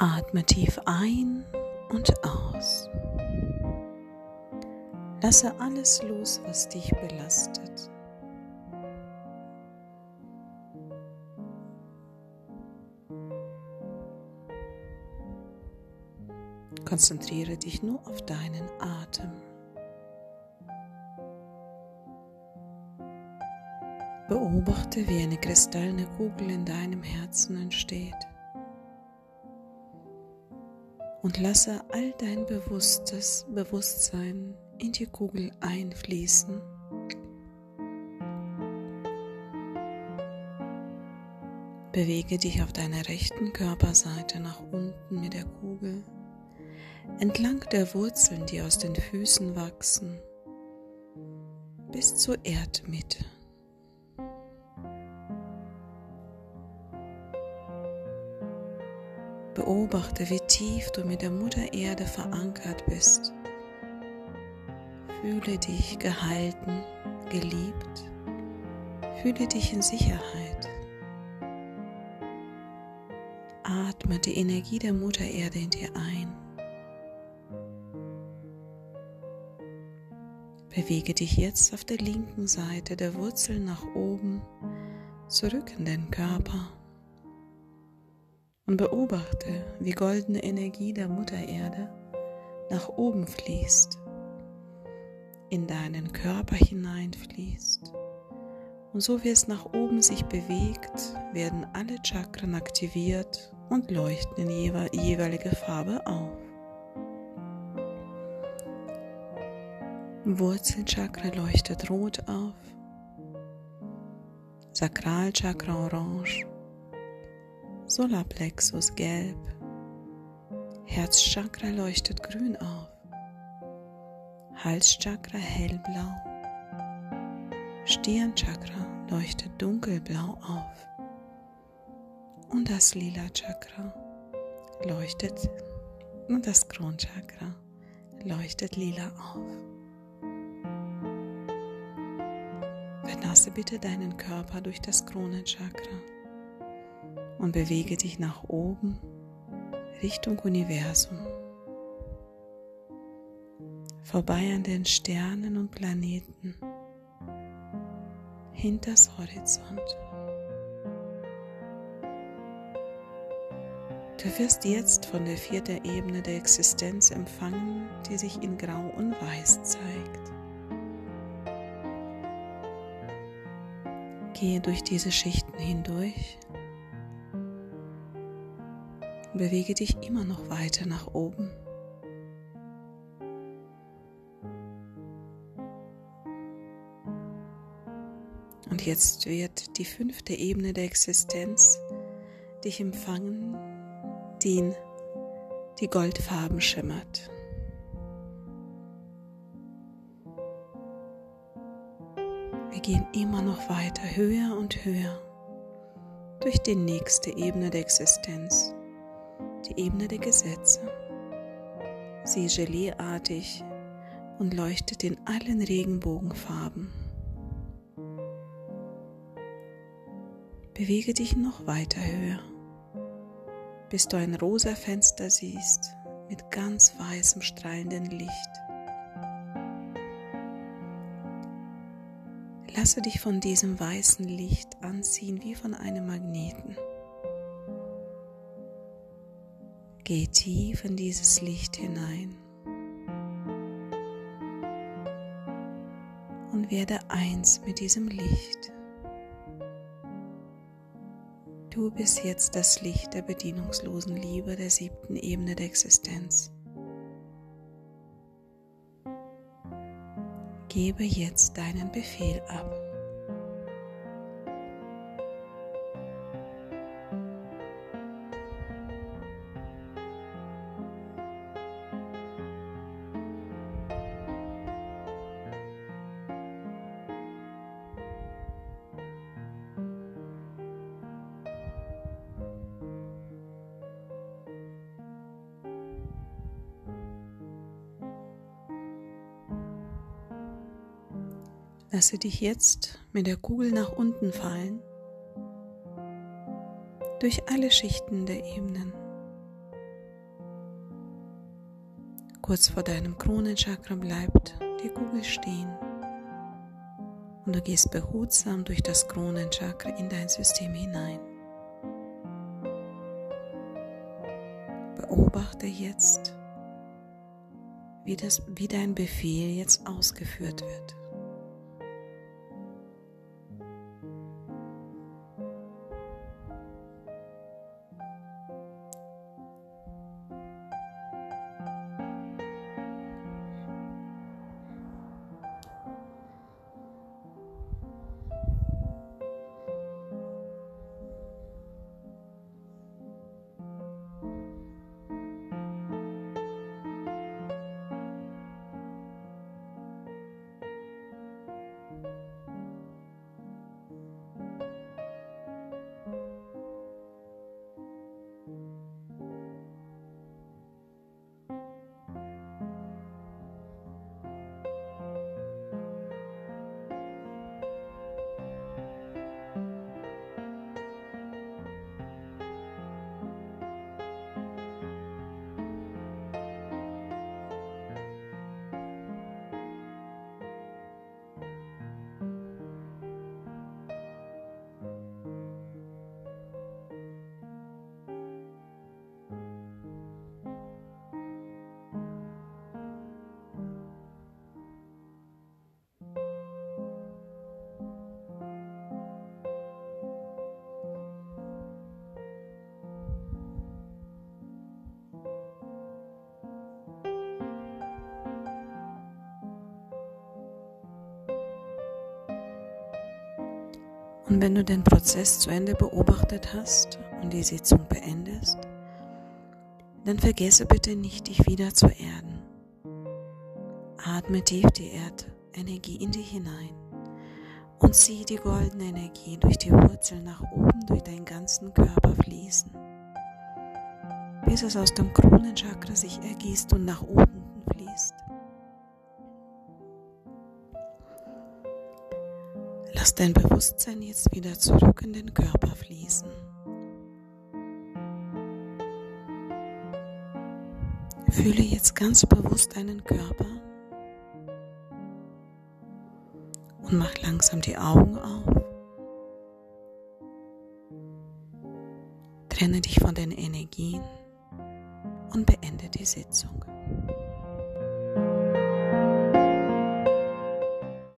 Atme tief ein und aus. Lasse alles los, was dich belastet. Konzentriere dich nur auf deinen Atem. Beobachte, wie eine kristallene Kugel in deinem Herzen entsteht. Und lasse all dein Bewusstsein in die Kugel einfließen. Bewege dich auf deiner rechten Körperseite nach unten mit der Kugel, entlang der Wurzeln, die aus den Füßen wachsen, bis zur Erdmitte. Beobachte, wie tief du mit der Mutter Erde verankert bist. Fühle dich gehalten, geliebt. Fühle dich in Sicherheit. Atme die Energie der Mutter Erde in dir ein. Bewege dich jetzt auf der linken Seite der Wurzel nach oben, zurück in den Körper. Und beobachte, wie goldene Energie der Mutter Erde nach oben fließt, in deinen Körper hineinfließt. Und so wie es nach oben sich bewegt, werden alle Chakren aktiviert und leuchten in jeweilige Farbe auf. Wurzelchakra leuchtet rot auf, Sakralchakra orange, Solarplexus gelb, Herzchakra leuchtet grün auf, Halschakra hellblau, Stirnchakra leuchtet dunkelblau auf und das lila Chakra leuchtet und das Kronchakra leuchtet lila auf. Verlasse bitte deinen Körper durch das Kronenchakra und bewege dich nach oben Richtung Universum, vorbei an den Sternen und Planeten, hinters Horizont. Du wirst jetzt von der 4. Ebene der Existenz empfangen, die sich in Grau und Weiß zeigt. Gehe durch diese Schichten hindurch. Bewege dich immer noch weiter nach oben. Und jetzt wird die 5. Ebene der Existenz dich empfangen, die goldfarben schimmert. Wir gehen immer noch weiter, höher und höher, durch die nächste Ebene der Existenz, die Ebene der Gesetze. Sie ist geleeartig und leuchtet in allen Regenbogenfarben. Bewege dich noch weiter höher, bis du ein rosa Fenster siehst mit ganz weißem strahlendem Licht. Lasse dich von diesem weißen Licht anziehen wie von einem Magneten. Geh tief in dieses Licht hinein und werde eins mit diesem Licht. Du bist jetzt das Licht der bedingungslosen Liebe der 7. Ebene der Existenz. Gebe jetzt deinen Befehl ab. Lasse dich jetzt mit der Kugel nach unten fallen, durch alle Schichten der Ebenen, Kurz vor deinem Kronenchakra bleibt die Kugel stehen und du gehst behutsam durch das Kronenchakra in dein System hinein. Beobachte jetzt, wie dein Befehl jetzt ausgeführt wird. Und wenn du den Prozess zu Ende beobachtet hast und die Sitzung beendest, dann vergesse bitte nicht, dich wieder zu erden. Atme tief die Erdenergie in dich hinein und zieh die goldene Energie durch die Wurzel nach oben durch deinen ganzen Körper fließen, bis es aus dem Kronenchakra sich ergießt und nach unten fließt. Lass dein Bewusstsein jetzt wieder zurück in den Körper fließen. Fühle jetzt ganz bewusst deinen Körper und mach langsam die Augen auf. Trenne dich von den Energien und beende die Sitzung.